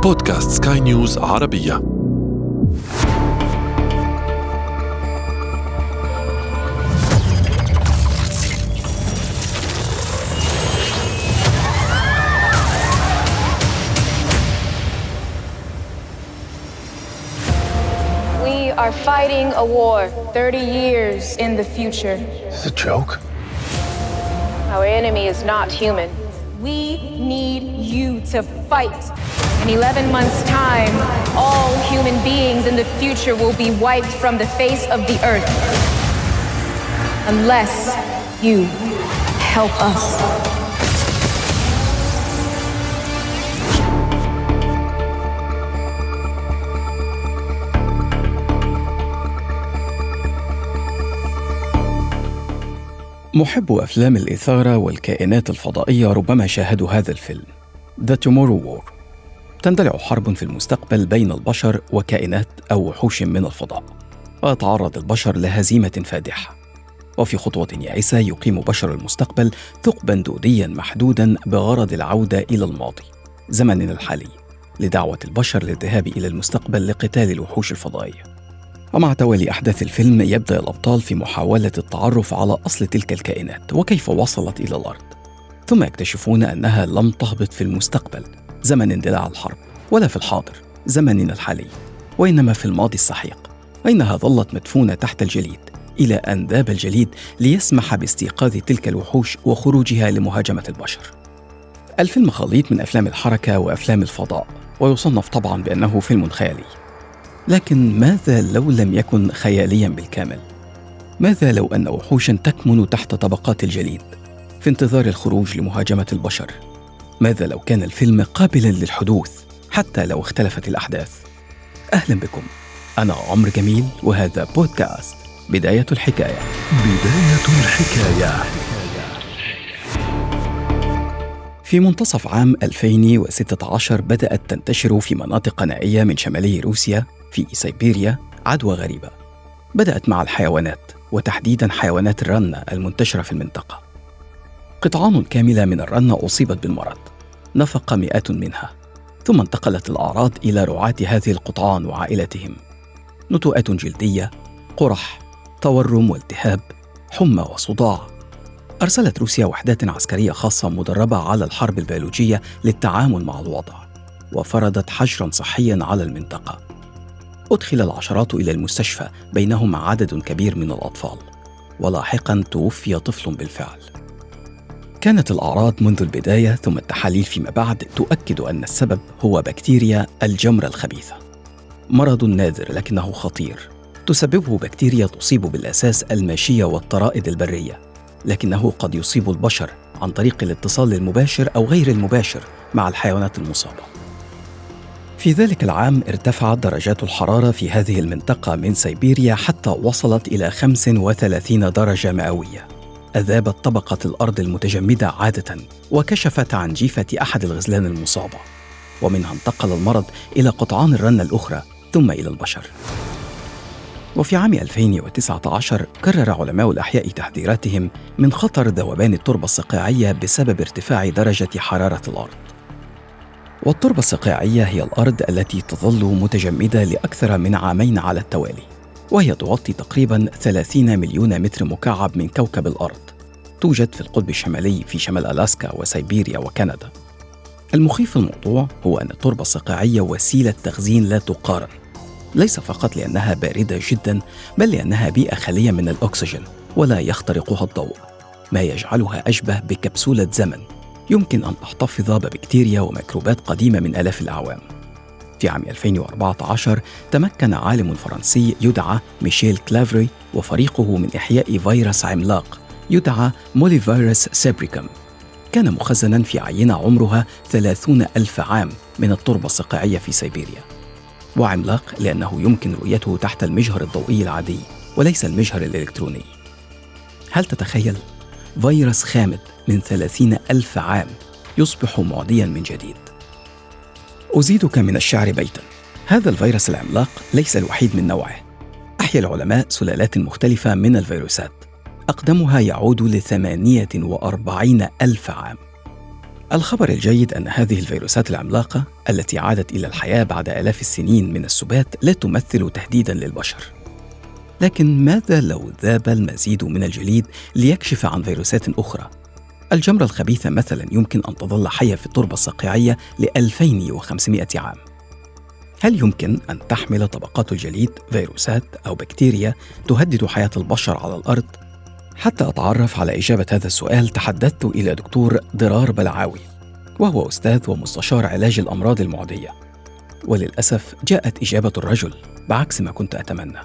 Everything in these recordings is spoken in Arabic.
بودكاست سكاي نيوز عربية. We are fighting a war 30 years in the future. Is it a joke? Our enemy is not human. We need you to fight. In 11 months' time, all human beings in the future will be wiped from the face of the earth. Unless you help us. محبو أفلام الإثارة والكائنات الفضائية ربما شاهدوا هذا الفيلم The Tomorrow War. تندلع حرب في المستقبل بين البشر وكائنات أو وحوش من الفضاء، ويتعرض البشر لهزيمة فادحة، وفي خطوة يائسة يقيم بشر المستقبل ثقباً دودياً محدوداً بغرض العودة إلى الماضي زمننا الحالي لدعوة البشر للذهاب إلى المستقبل لقتال الوحوش الفضائية. ومع توالي أحداث الفيلم يبدأ الأبطال في محاولة التعرف على أصل تلك الكائنات وكيف وصلت إلى الأرض، ثم يكتشفون أنها لم تهبط في المستقبل زمن اندلاع الحرب ولا في الحاضر زمننا الحالي، وإنما في الماضي السحيق، وإنها ظلت مدفونة تحت الجليد إلى أن ذاب الجليد ليسمح باستيقاظ تلك الوحوش وخروجها لمهاجمة البشر. الفيلم خليط من أفلام الحركة وأفلام الفضاء، ويصنف طبعاً بأنه فيلم خيالي. لكن ماذا لو لم يكن خيالياً بالكامل؟ ماذا لو أن وحوشاً تكمن تحت طبقات الجليد في انتظار الخروج لمهاجمة البشر؟ ماذا لو كان الفيلم قابلاً للحدوث حتى لو اختلفت الأحداث؟ أهلاً بكم، أنا عمرو جميل، وهذا بودكاست بداية الحكاية. بداية الحكاية. في منتصف عام 2016 بدأت تنتشر في مناطق نائية من شمالي روسيا في سيبيريا عدوى غريبة. بدأت مع الحيوانات، وتحديداً حيوانات الرنة المنتشرة في المنطقة. قطعان كاملة من الرنة أصيبت بالمرض، نفق مئات منها، ثم انتقلت الأعراض إلى رعاة هذه القطعان وعائلتهم: نتوءات جلدية، قرح، تورم والتهاب، حمى وصداع. أرسلت روسيا وحدات عسكرية خاصة مدربة على الحرب البيولوجية للتعامل مع الوضع، وفرضت حجراً صحياً على المنطقة. أدخل العشرات إلى المستشفى، بينهم عدد كبير من الأطفال، ولاحقاً توفي طفل بالفعل. كانت الأعراض منذ البداية ثم التحاليل فيما بعد تؤكد أن السبب هو بكتيريا الجمرة الخبيثة، مرض نادر لكنه خطير. تسببه بكتيريا تصيب بالأساس الماشية والطرائد البرية، لكنه قد يصيب البشر عن طريق الاتصال المباشر أو غير المباشر مع الحيوانات المصابة. في ذلك العام ارتفعت درجات الحرارة في هذه المنطقة من سيبيريا حتى وصلت إلى 35 درجة مئوية، أذابت طبقة الأرض المتجمدة عادة، وكشفت عن جيفة أحد الغزلان المصابة، ومنها انتقل المرض إلى قطعان الرنة الأخرى ثم إلى البشر. وفي عام 2019 كرر علماء الأحياء تحذيراتهم من خطر ذوبان التربة الصقيعية بسبب ارتفاع درجة حرارة الأرض. والتربة الصقيعية هي الأرض التي تظل متجمدة لأكثر من عامين على التوالي، وهي تغطي تقريباً 30 مليون متر مكعب من كوكب الأرض. توجد في القطب الشمالي في شمال ألاسكا وسيبيريا وكندا. المخيف في الموضوع هو أن التربة الصقيعية وسيلة تخزين لا تقارن، ليس فقط لأنها باردة جداً، بل لأنها بيئة خالية من الأكسجين ولا يخترقها الضوء، ما يجعلها أشبه بكبسولة زمن يمكن أن تحتفظ ببكتيريا وميكروبات قديمة من آلاف الأعوام. في عام 2014 تمكن عالم فرنسي يدعى ميشيل كلافري وفريقه من إحياء فيروس عملاق يدعى موليفيروس سيبريكم. كان مخزناً في عينة عمرها 30,000 عام من التربة الصقيعية في سيبيريا، وعملاق لأنه يمكن رؤيته تحت المجهر الضوئي العادي وليس المجهر الإلكتروني. هل تتخيل؟ فيروس خامد من 30,000 عام يصبح معدياً من جديد. أزيدك من الشعر بيتاً، هذا الفيروس العملاق ليس الوحيد من نوعه. أحيا العلماء سلالات مختلفة من الفيروسات، أقدمها يعود ل48,000 عام. الخبر الجيد أن هذه الفيروسات العملاقة التي عادت إلى الحياة بعد آلاف السنين من السبات لا تمثل تهديداً للبشر. لكن ماذا لو ذاب المزيد من الجليد ليكشف عن فيروسات أخرى؟ الجمرة الخبيثة مثلاً يمكن أن تظل حية في التربة الصقيعية ل2500 عام. هل يمكن أن تحمل طبقات الجليد فيروسات أو بكتيريا تهدد حياة البشر على الأرض؟ حتى أتعرف على إجابة هذا السؤال تحدثت إلى دكتور ضرار بلعاوي، وهو أستاذ ومستشار علاج الأمراض المعدية. وللأسف جاءت إجابة الرجل بعكس ما كنت أتمنى.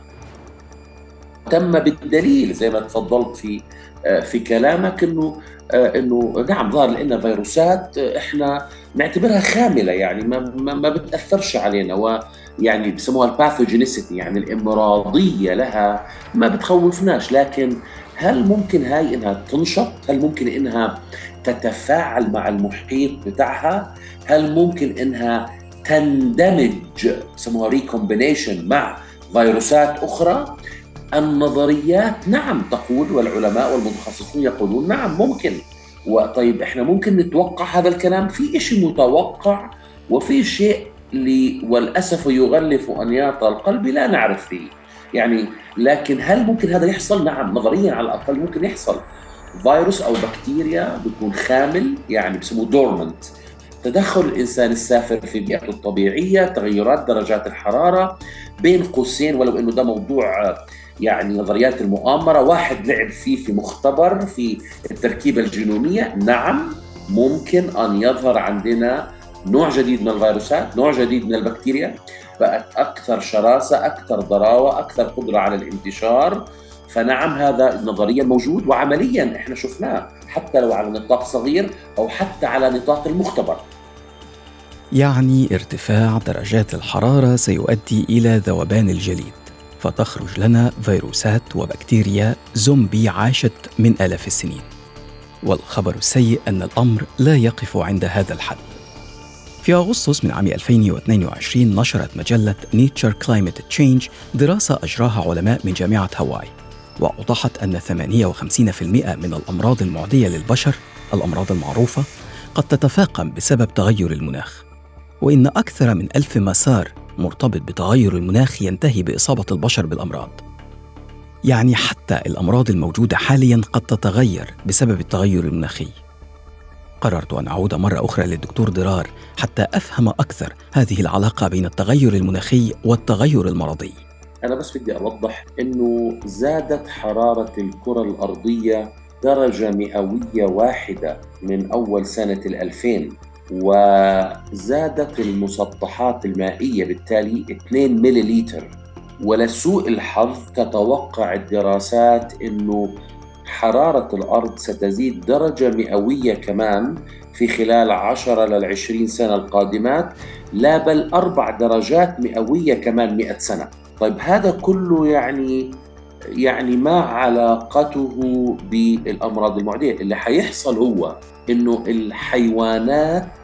تم بالدليل زي ما تفضلت في كلامك انه نعم ظهر لنا فيروسات احنا نعتبرها خامله، يعني ما بتاثرش علينا، ويعني بسموها الباثوجينيسيتي، يعني الامراضيه لها ما بتخوفناش. لكن هل ممكن هاي انها تنشط؟ هل ممكن انها تتفاعل مع المحيط بتاعها؟ هل ممكن انها تندمج بسموها ريكومبينيشن مع فيروسات اخرى؟ النظريات نعم تقول، والعلماء والمتخصصون يقولون نعم ممكن. وطيب احنا ممكن نتوقع هذا الكلام؟ في شيء متوقع وفي شيء والأسف يغلف أنياط القلب لا نعرف فيه يعني. لكن هل ممكن هذا يحصل؟ نعم نظريا على الأقل ممكن يحصل. فيروس أو بكتيريا بيكون خامل، يعني بسموه دورمنت. تدخل الإنسان السافر في بيئته الطبيعية، تغيرات درجات الحرارة، بين قوسين ولو أنه ده موضوع يعني نظريات المؤامرة، واحد لعب فيه في مختبر في التركيبة الجينومية. نعم ممكن أن يظهر عندنا نوع جديد من الفيروسات، نوع جديد من البكتيريا، بقت أكثر شراسة، أكثر ضراوة، أكثر قدرة على الانتشار. فنعم هذا نظريا موجود وعمليا احنا شفناه، حتى لو على نطاق صغير أو حتى على نطاق المختبر. يعني ارتفاع درجات الحرارة سيؤدي إلى ذوبان الجليد، فتخرج لنا فيروسات وبكتيريا زومبي عاشت من آلاف السنين. والخبر السيء أن الأمر لا يقف عند هذا الحد. في أغسطس من عام 2022 نشرت مجلة Nature Climate Change دراسة أجراها علماء من جامعة هاواي، وأوضحت أن 58% من الأمراض المعدية للبشر، الأمراض المعروفة، قد تتفاقم بسبب تغير المناخ، وإن أكثر من 1000 مسار مرتبط بتغير المناخ ينتهي بإصابة البشر بالأمراض. يعني حتى الأمراض الموجودة حالياً قد تتغير بسبب التغير المناخي. قررت أن أعود مرة أخرى للدكتور ضرار حتى أفهم أكثر هذه العلاقة بين التغير المناخي والتغير المرضي. أنا بس بدي أوضح أنه زادت حرارة الكرة الأرضية درجة مئوية واحدة من أول سنة 2000، وزادت المسطحات المائية بالتالي 2 مليلتر. ولسوء الحظ تتوقع الدراسات أنه حرارة الأرض ستزيد درجة مئوية كمان في خلال 10 ل20 سنة القادمات، لا بل 4 درجات مئوية كمان 100 سنة. طيب هذا كله يعني ما علاقته بالأمراض المعدية؟ اللي حيحصل هو إنه الحيوانات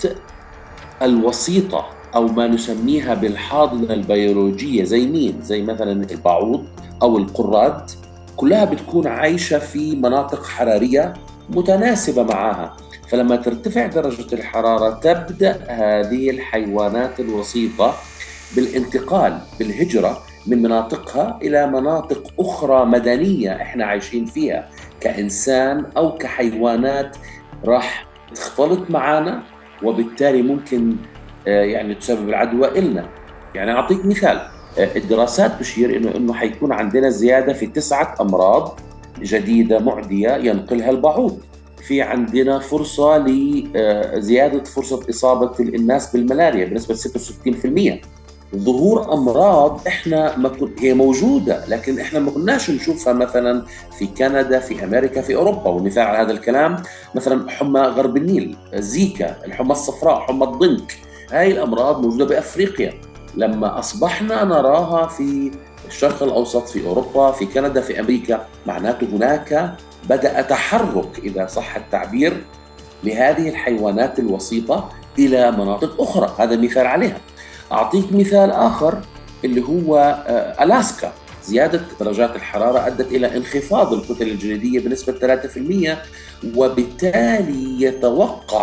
الوسيطة أو ما نسميها بالحاضنة البيولوجية زي مين؟ زي مثلا البعوض أو القراد، كلها بتكون عايشة في مناطق حرارية متناسبة معها. فلما ترتفع درجة الحرارة تبدأ هذه الحيوانات الوسيطة بالانتقال، بالهجرة من مناطقها إلى مناطق أخرى مدنية إحنا عايشين فيها كإنسان أو كحيوانات، راح تختلط معنا وبالتالي ممكن يعني تسبب العدوى إلنا. يعني أعطيك مثال، الدراسات تشير إنه حيكون عندنا زيادة في 9 أمراض جديدة معدية ينقلها البعوض. في عندنا فرصة لزيادة فرصة إصابة الناس بالملاريا بنسبة 66%. ظهور أمراض إحنا هي موجودة لكن إحنا ما كناش نشوفها مثلا في كندا، في أمريكا، في أوروبا. والمثال على هذا الكلام مثلا حمى غرب النيل، زيكا، الحمى الصفراء، حمى الضنك. هاي الأمراض موجودة بأفريقيا، لما أصبحنا نراها في الشرق الأوسط، في أوروبا، في كندا، في أمريكا، معناته هناك بدأ تحرك إذا صح التعبير لهذه الحيوانات الوسيطة إلى مناطق أخرى. هذا مثال عليها. أعطيك مثال آخر اللي هو ألاسكا. زيادة درجات الحرارة أدت إلى انخفاض الكتل الجليدية بنسبة 3%، وبالتالي يتوقع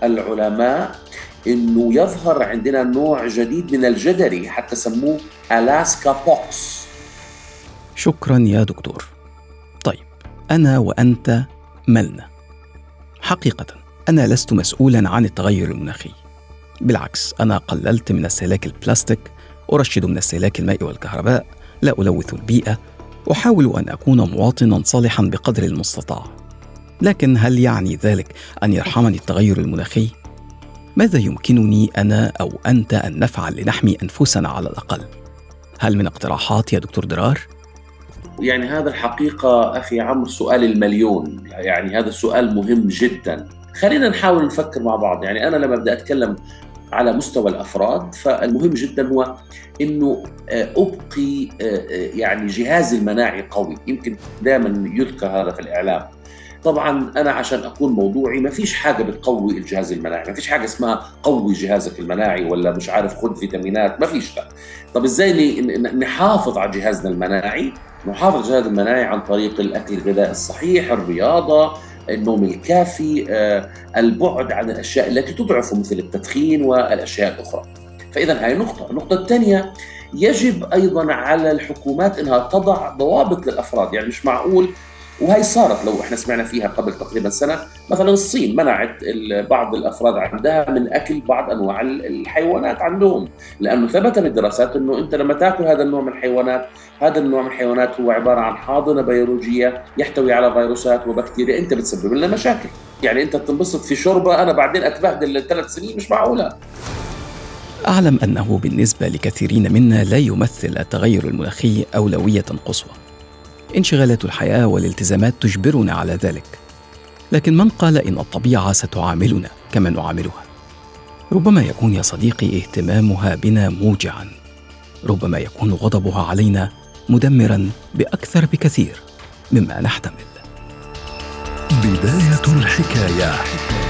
العلماء إنه يظهر عندنا نوع جديد من الجدري، حتى سموه ألاسكا بوكس. شكرا يا دكتور. طيب، أنا وأنت ملنا؟ حقيقة أنا لست مسؤولا عن التغير المناخي، بالعكس أنا قللت من استهلاك البلاستيك، أرشد من استهلاك الماء والكهرباء، لا ألوث البيئة، أحاول أن أكون مواطنا صالحا بقدر المستطاع. لكن هل يعني ذلك أن يرحمني التغير المناخي؟ ماذا يمكنني أنا أو أنت أن نفعل لنحمي أنفسنا على الأقل؟ هل من اقتراحات يا دكتور درار؟ يعني هذا الحقيقة أخي عمرو سؤال المليون، يعني هذا السؤال مهم جدا. خلينا نحاول نفكر مع بعض. يعني أنا لما بدي أتكلم على مستوى الأفراد، فالمهم جدا هو أنه أبقي يعني جهازي المناعي قوي. يمكن دائما يذكر هذا في الإعلام. طبعا أنا عشان أكون موضوعي، ما فيش حاجة بتقوي الجهاز المناعي، ما فيش حاجة اسمها قوي جهازك المناعي ولا مش عارف خد فيتامينات، ما فيش ده. طب إزاي نحافظ على جهازنا المناعي؟ نحافظ على الجهاز المناعي عن طريق الأكل الغذائي الصحيح، الرياضة، النوم الكافي، البعد عن الأشياء التي تضعف مثل التدخين والأشياء الأخرى. فإذا هاي نقطة. النقطة الثانية، يجب أيضا على الحكومات أنها تضع ضوابط للأفراد. يعني مش معقول، وهي صارت لو احنا سمعنا فيها قبل تقريبا سنة، مثلا الصين منعت بعض الأفراد عندها من أكل بعض أنواع الحيوانات عندهم، لأنه ثبت بالدراسات أنه أنت لما تأكل هذا النوع من الحيوانات، هذا النوع من الحيوانات هو عبارة عن حاضنة بيولوجية يحتوي على فيروسات وبكتيريا أنت بتسبب لنا مشاكل. يعني أنت تنبسط في شوربة، أنا بعدين أتبهدل 3 سنين، مش معقولة. أعلم أنه بالنسبة لكثيرين منا لا يمثل التغير المناخي أولوية قصوى. انشغالات الحياة والالتزامات تجبرنا على ذلك، لكن من قال إن الطبيعة ستعاملنا كما نعاملها؟ ربما يكون يا صديقي اهتمامها بنا موجعا، ربما يكون غضبها علينا مدمرا بأكثر بكثير مما نحتمل. بداية الحكاية.